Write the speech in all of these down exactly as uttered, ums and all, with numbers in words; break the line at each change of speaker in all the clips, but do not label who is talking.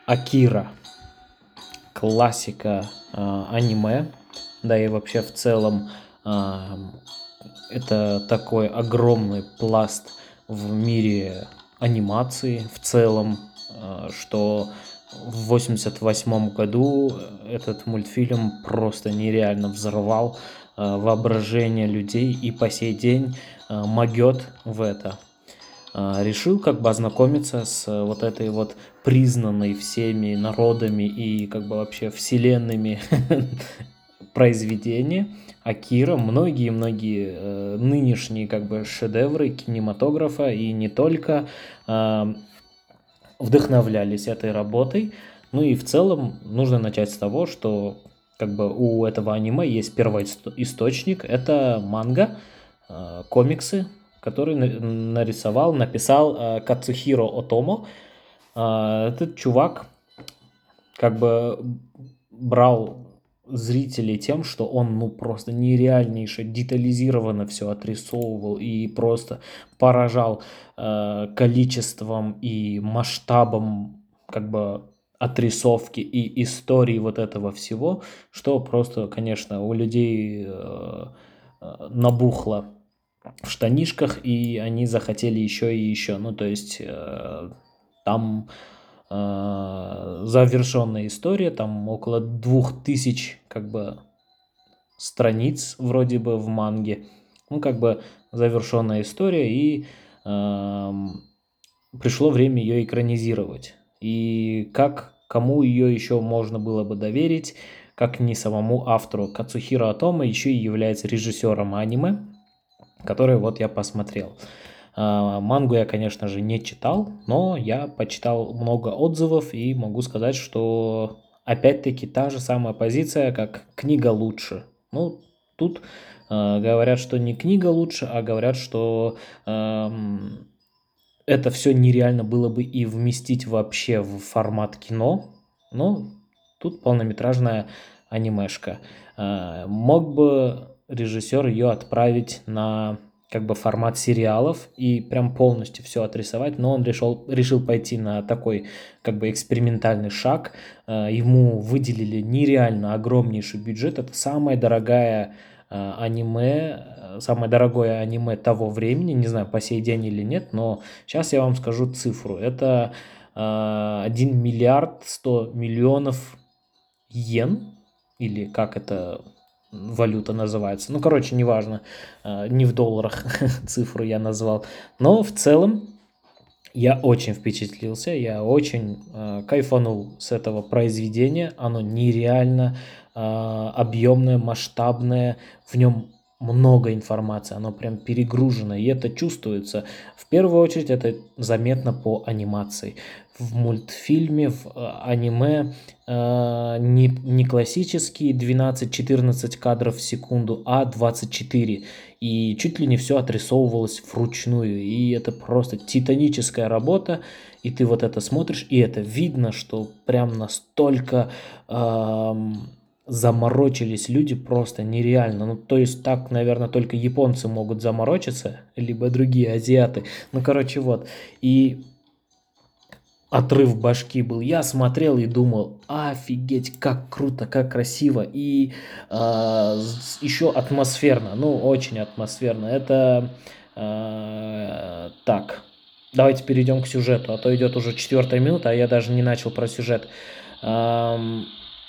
Акира. Классика а, аниме, да и вообще в целом а, это такой огромный пласт в мире анимации в целом, а, что в восемьдесят восьмом году этот мультфильм просто нереально взорвал а, воображение людей и по сей день а, могет в это. А, решил как бы ознакомиться с э, вот этой вот признанной всеми народами и как бы вообще вселенными произведения Акира. Многие-многие э, нынешние как бы шедевры кинематографа и не только а, вдохновлялись этой работой. Ну и в целом нужно начать с того, что как бы у этого аниме есть первоисточник, это манга, э, комиксы, который на- нарисовал, написал э, Кацухиро Отомо. А, Этот чувак как бы брал зрителей тем, что он ну просто нереальнейше детализированно все отрисовывал и просто поражал э, количеством и масштабом как бы отрисовки и истории вот этого всего, что просто, конечно, у людей э, э, набухло в штанишках, и они захотели еще и еще. Ну, то есть э, там э, завершенная история, там около двух тысяч как бы страниц вроде бы в манге. Ну, как бы завершенная история, и эм, пришло время ее экранизировать. И как, кому ее еще можно было бы доверить, как не самому автору. Кацухиро Отомо еще и является режиссером аниме, который вот я посмотрел. А, Мангу я, конечно же, не читал, но я почитал много отзывов и могу сказать, что опять-таки та же самая позиция, как книга лучше. Ну, тут э, говорят, что не книга лучше, а говорят, что эм, это все нереально было бы и вместить вообще в формат кино. Но тут полнометражная анимешка. Э, Мог бы режиссер ее отправить на как бы формат сериалов и прям полностью все отрисовать, но он решил, решил пойти на такой как бы экспериментальный шаг. Э, Ему выделили нереально огромнейший бюджет. Это самая дорогая э, аниме, э, самое дорогое аниме того времени, не знаю, по сей день или нет, но сейчас я вам скажу цифру. Это э, один миллиард сто миллионов йен, или как это валюта называется. Ну, короче, неважно, э, не в долларах цифру я назвал. Но в целом я очень впечатлился, я очень э, кайфанул с этого произведения. Оно нереально э, объемное, масштабное, в нем много информации, оно прям перегружено, и это чувствуется. В первую очередь это заметно по анимации. В мультфильме, в э, аниме э, не, не классические двенадцать-четырнадцать кадров в секунду, а двадцать четыре. И чуть ли не все отрисовывалось вручную. И это просто титаническая работа. И ты вот это смотришь, и это видно, что прям настолько эм, заморочились люди просто нереально. Ну, то есть так, наверное, только японцы могут заморочиться, либо другие азиаты. Ну, короче, вот. И отрыв башки был. Я смотрел и думал, офигеть, как круто, как красиво и а, с- еще атмосферно, ну очень атмосферно. Это а, так. Давайте перейдем к сюжету, а то идет уже четвертая минута, а я даже не начал про сюжет. Ам,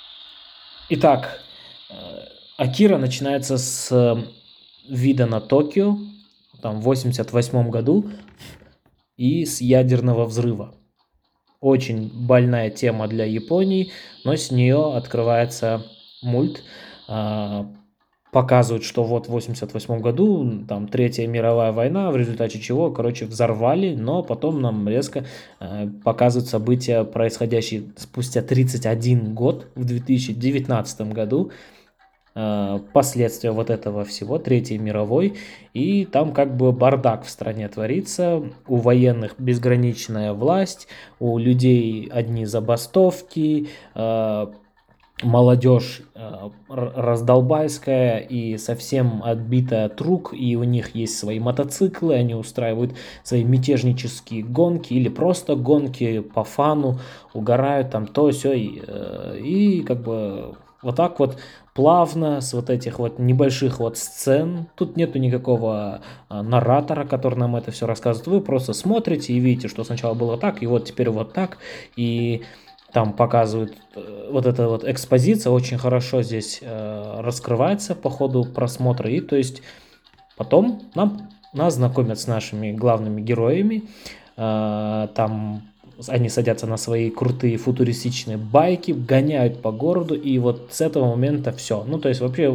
Итак, э, Акира начинается с э, вида на Токио, там в восемьдесят восьмом году, и с ядерного взрыва. Очень больная тема для Японии, но с нее открывается мульт. А, Показывают, что вот в восемьдесят восьмом году там Третья мировая война, в результате чего, короче, взорвали, но потом нам резко э, показывают события, происходящие спустя тридцать один год, в две тысячи девятнадцатом году, э, последствия вот этого всего, Третьей мировой, и там как бы бардак в стране творится, у военных безграничная власть, у людей одни забастовки, э, молодежь э, р- раздолбайская и совсем отбитая от рук, и у них есть свои мотоциклы, они устраивают свои мятежнические гонки или просто гонки по фану, угорают там то все и, э, и как бы вот так вот плавно с вот этих вот небольших вот сцен. Тут нету никакого а, наратора, который нам это все рассказывает. Вы просто смотрите и видите, что сначала было так, и вот теперь вот так. И там показывают э, вот эта вот экспозиция очень хорошо здесь э, раскрывается по ходу просмотра. И то есть потом нам, нас знакомят с нашими главными героями. Э, там они садятся на свои крутые футуристичные байки, гоняют по городу, и вот с этого момента все. Ну, то есть вообще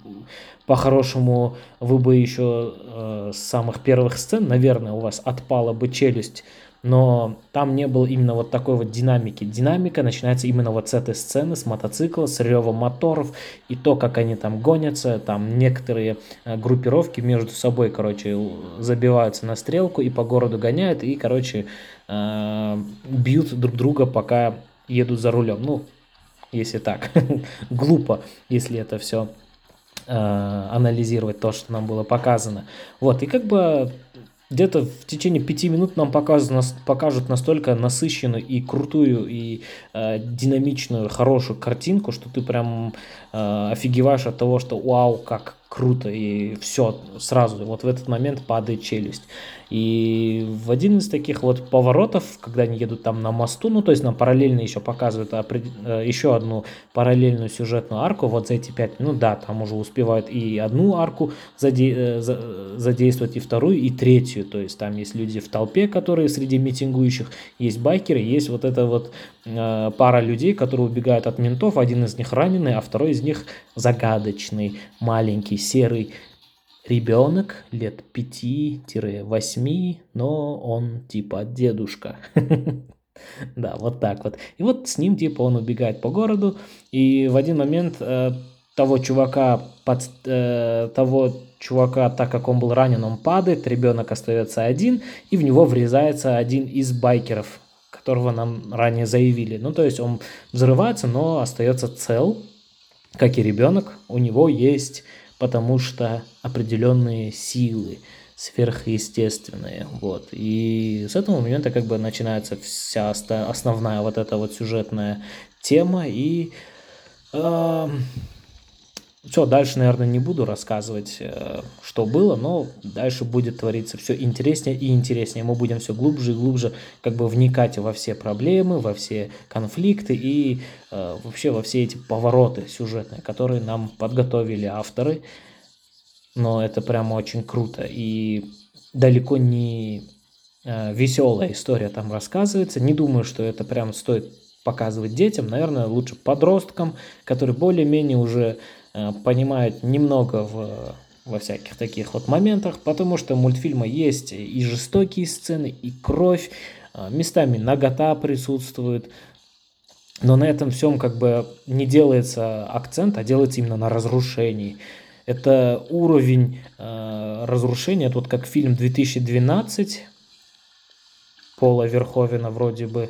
по-хорошему вы бы еще э, с самых первых сцен, наверное, у вас отпала бы челюсть, но там не было именно вот такой вот динамики. Динамика начинается именно вот с этой сцены, с мотоцикла, с ревом моторов, и то, как они там гонятся, там некоторые э, группировки между собой, короче, забиваются на стрелку и по городу гоняют, и, короче, э, бьют друг друга, пока едут за рулем. Ну, если так, глупо, если это все анализировать то, что нам было показано. Вот, и как бы где-то в течение пяти минут нам покажут, покажут настолько насыщенную и крутую, и э, динамичную, хорошую картинку, что ты прям э, офигеваешь от того, что вау, как круто, и все, сразу вот в этот момент падает челюсть. И в один из таких вот поворотов, когда они едут там на мосту, ну, то есть нам параллельно еще показывают опред- еще одну параллельную сюжетную арку, вот за эти пять минут, да, там уже успевают и одну арку заде- за- задействовать, и вторую, и третью, то есть там есть люди в толпе, которые среди митингующих, есть байкеры, есть вот эта вот э, пара людей, которые убегают от ментов, один из них раненый, а второй из них загадочный, маленький, серый ребенок лет пяти-восьми, но он типа дедушка. Да, вот так вот. И вот с ним, типа, он убегает по городу, и в один момент э, того чувака, под, э, того чувака, так как он был ранен, он падает, ребенок остается один, и в него врезается один из байкеров, которого нам ранее заявили. Ну, то есть он взрывается, но остается цел, как и ребенок, у него есть, потому что определенные силы сверхъестественные, вот, и с этого момента как бы начинается вся основная вот эта вот сюжетная тема, и э, все, дальше, наверное, не буду рассказывать, э, что было, но дальше будет твориться все интереснее и интереснее. Мы будем все глубже и глубже как бы вникать во все проблемы, во все конфликты и э, вообще во все эти повороты сюжетные, которые нам подготовили авторы. Но это прямо очень круто. И далеко не э, веселая история там рассказывается. Не думаю, что это прям стоит показывать детям. Наверное, лучше подросткам, которые более-менее уже э, понимают немного в, во всяких таких вот моментах, потому что у мультфильма есть и жестокие сцены, и кровь, э, местами нагота присутствует. Но на этом всем как бы не делается акцент, а делается именно на разрушении. Это уровень э, разрушения, тут как фильм две тысячи двенадцать Пола Верховена вроде бы,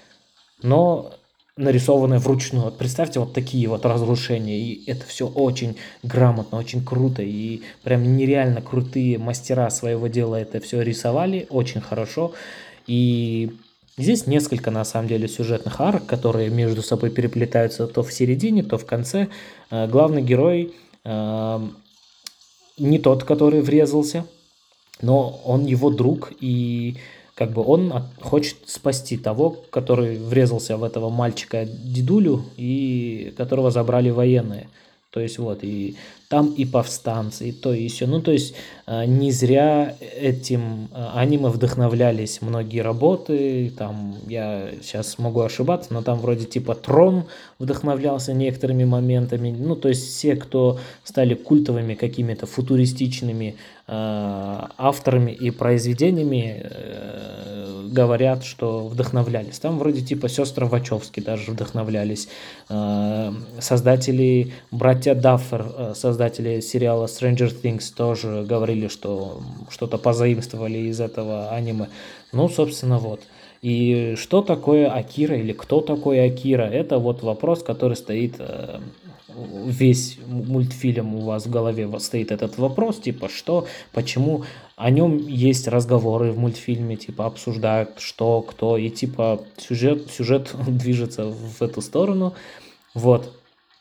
но нарисованное вручную. Вот представьте вот такие вот разрушения, и это все очень грамотно, очень круто, и прям нереально крутые мастера своего дела это все рисовали, очень хорошо, и здесь несколько, на самом деле, сюжетных арок, которые между собой переплетаются то в середине, то в конце. Э, Главный герой э, не тот, который врезался, но он его друг, и как бы он от- хочет спасти того, который врезался в этого мальчика дедулю, и которого забрали военные. То есть вот, и там и повстанцы, и то, и все. Ну, то есть э, не зря этим э, аниме вдохновлялись многие работы. Там я сейчас могу ошибаться, но там вроде типа Трон вдохновлялся некоторыми моментами. Ну, то есть все, кто стали культовыми какими-то футуристичными э, авторами и произведениями, э, говорят, что вдохновлялись. Там вроде типа сестры Вачовски даже вдохновлялись. Э, создатели, братья Даффер, э, создатели сериала Stranger Things, тоже говорили, что что-то позаимствовали из этого аниме. Ну, собственно, вот. И что такое Акира или кто такой Акира? Это вот вопрос, который стоит э, весь мультфильм у вас в голове вот стоит этот вопрос, типа что, почему о нем есть разговоры в мультфильме, типа обсуждают что, кто, и типа сюжет, сюжет движется в эту сторону, вот.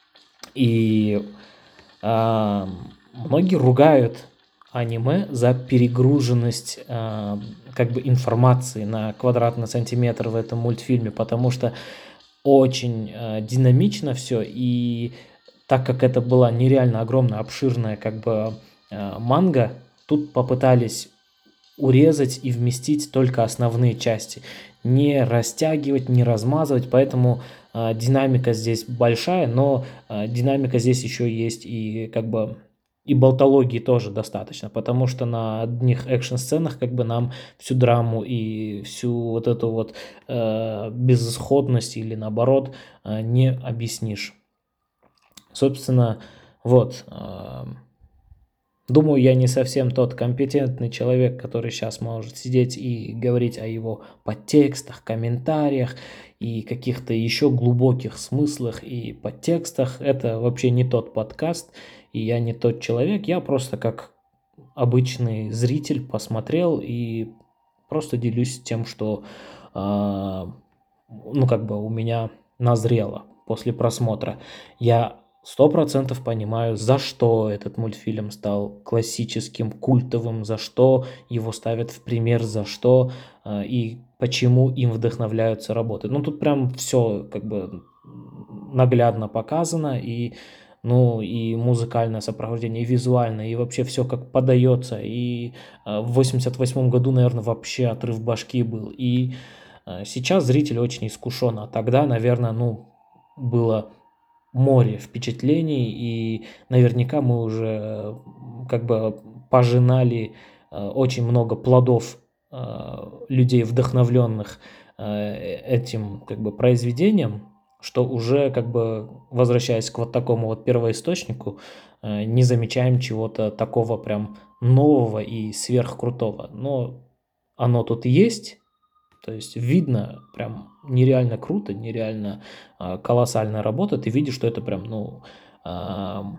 И а, многие ругают аниме за перегруженность а, как бы информации на квадратный сантиметр в этом мультфильме, потому что очень а, динамично все, и так как это была нереально огромная, обширная как бы а, манга, тут попытались урезать и вместить только основные части, не растягивать, не размазывать, поэтому а, динамика здесь большая, но а, динамика здесь еще есть и как бы и болтологии тоже достаточно, потому что на одних экшн-сценах как бы нам всю драму и всю вот эту вот э, безысходность или наоборот э, не объяснишь. Собственно, вот. Э, Думаю, я не совсем тот компетентный человек, который сейчас может сидеть и говорить о его подтекстах, комментариях и каких-то еще глубоких смыслах и подтекстах. Это вообще не тот подкаст, и я не тот человек. Я просто как обычный зритель посмотрел и просто делюсь тем, что а, ну как бы у меня назрело после просмотра. Я сто процентов понимаю, за что этот мультфильм стал классическим, культовым, за что его ставят в пример, за что а, и почему им вдохновляются работы. Ну, тут прям все как бы наглядно показано, и, ну, и музыкальное сопровождение, и визуально, и вообще все как подается. И а, в восемьдесят восьмом году, наверное, вообще отрыв башки был. И а, сейчас зритель очень искушен, а тогда, наверное, ну, было море впечатлений, и наверняка мы уже э, как бы пожинали э, очень много плодов э, людей, вдохновленных э, этим как бы произведением, что уже как бы возвращаясь к вот такому вот первоисточнику, э, не замечаем чего-то такого прям нового и сверхкрутого. Но оно тут есть, то есть видно прям нереально круто, нереально а, колоссальная работа. Ты видишь, что это прям, ну, а,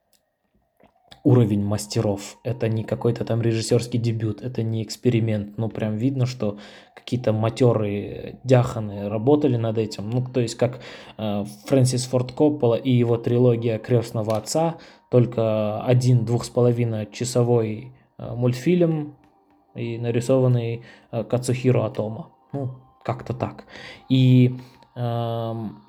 уровень мастеров. Это не какой-то там режиссерский дебют, это не эксперимент. Ну, прям видно, что какие-то матерые дяханы работали над этим. Ну, то есть как а, Фрэнсис Форд Коппола и его трилогия «Крестного отца», только один двух с половиной часовой а, мультфильм, и нарисованный э, Кацухиро Атома. Ну, как-то так. И эм,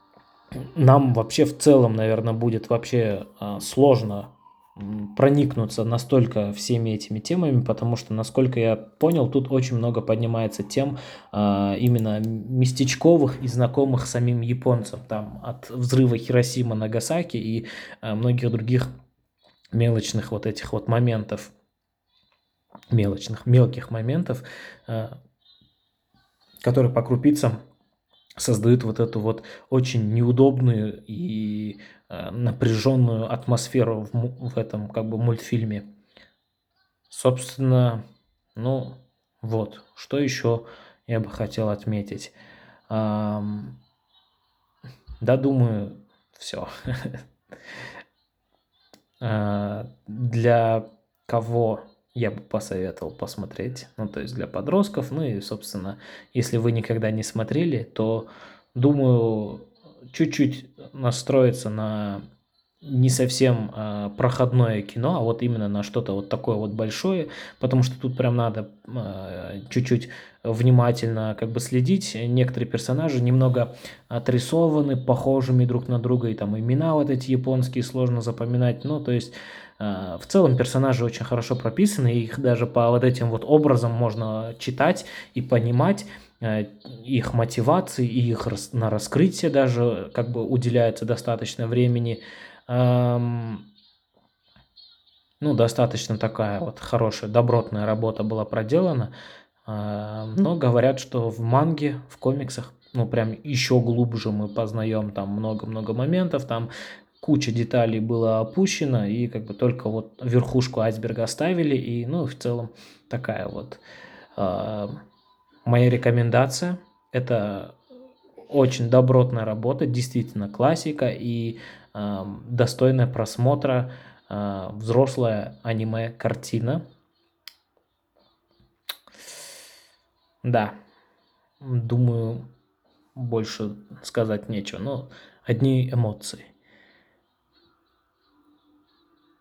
нам вообще в целом, наверное, будет вообще э, сложно м, проникнуться настолько всеми этими темами, потому что, насколько я понял, тут очень много поднимается тем э, именно местечковых и знакомых самим японцам, там от взрыва Хиросима, Нагасаки и э, многих других мелочных вот этих вот моментов, мелочных, мелких моментов, э, которые по крупицам создают вот эту вот очень неудобную и э, напряженную атмосферу в, му- в этом как бы мультфильме. Собственно, ну вот, что еще я бы хотел отметить. Ам, да, думаю, все. Для кого я бы посоветовал посмотреть, ну, то есть для подростков, ну и, собственно, если вы никогда не смотрели, то, думаю, чуть-чуть настроиться на не совсем а, проходное кино, а вот именно на что-то вот такое вот большое, потому что тут прям надо а, чуть-чуть внимательно как бы следить. Некоторые персонажи немного отрисованы похожими друг на друга, и там имена вот эти японские сложно запоминать, ну, то есть а, в целом персонажи очень хорошо прописаны, их даже по вот этим вот образам можно читать и понимать, э, их мотивации, и их рас- на раскрытие даже как бы уделяется достаточно времени. Ам, ну, достаточно такая вот хорошая, добротная работа была проделана. А, но говорят, что в манге, в комиксах, ну, прям еще глубже мы познаем там много-много моментов, там куча деталей было опущено, и как бы только вот верхушку айсберга оставили, и, ну, в целом такая вот а, Моя рекомендация– это очень добротная работа, действительно классика и э, достойная просмотра э, взрослая аниме-картина. Да, думаю, больше сказать нечего, но одни эмоции.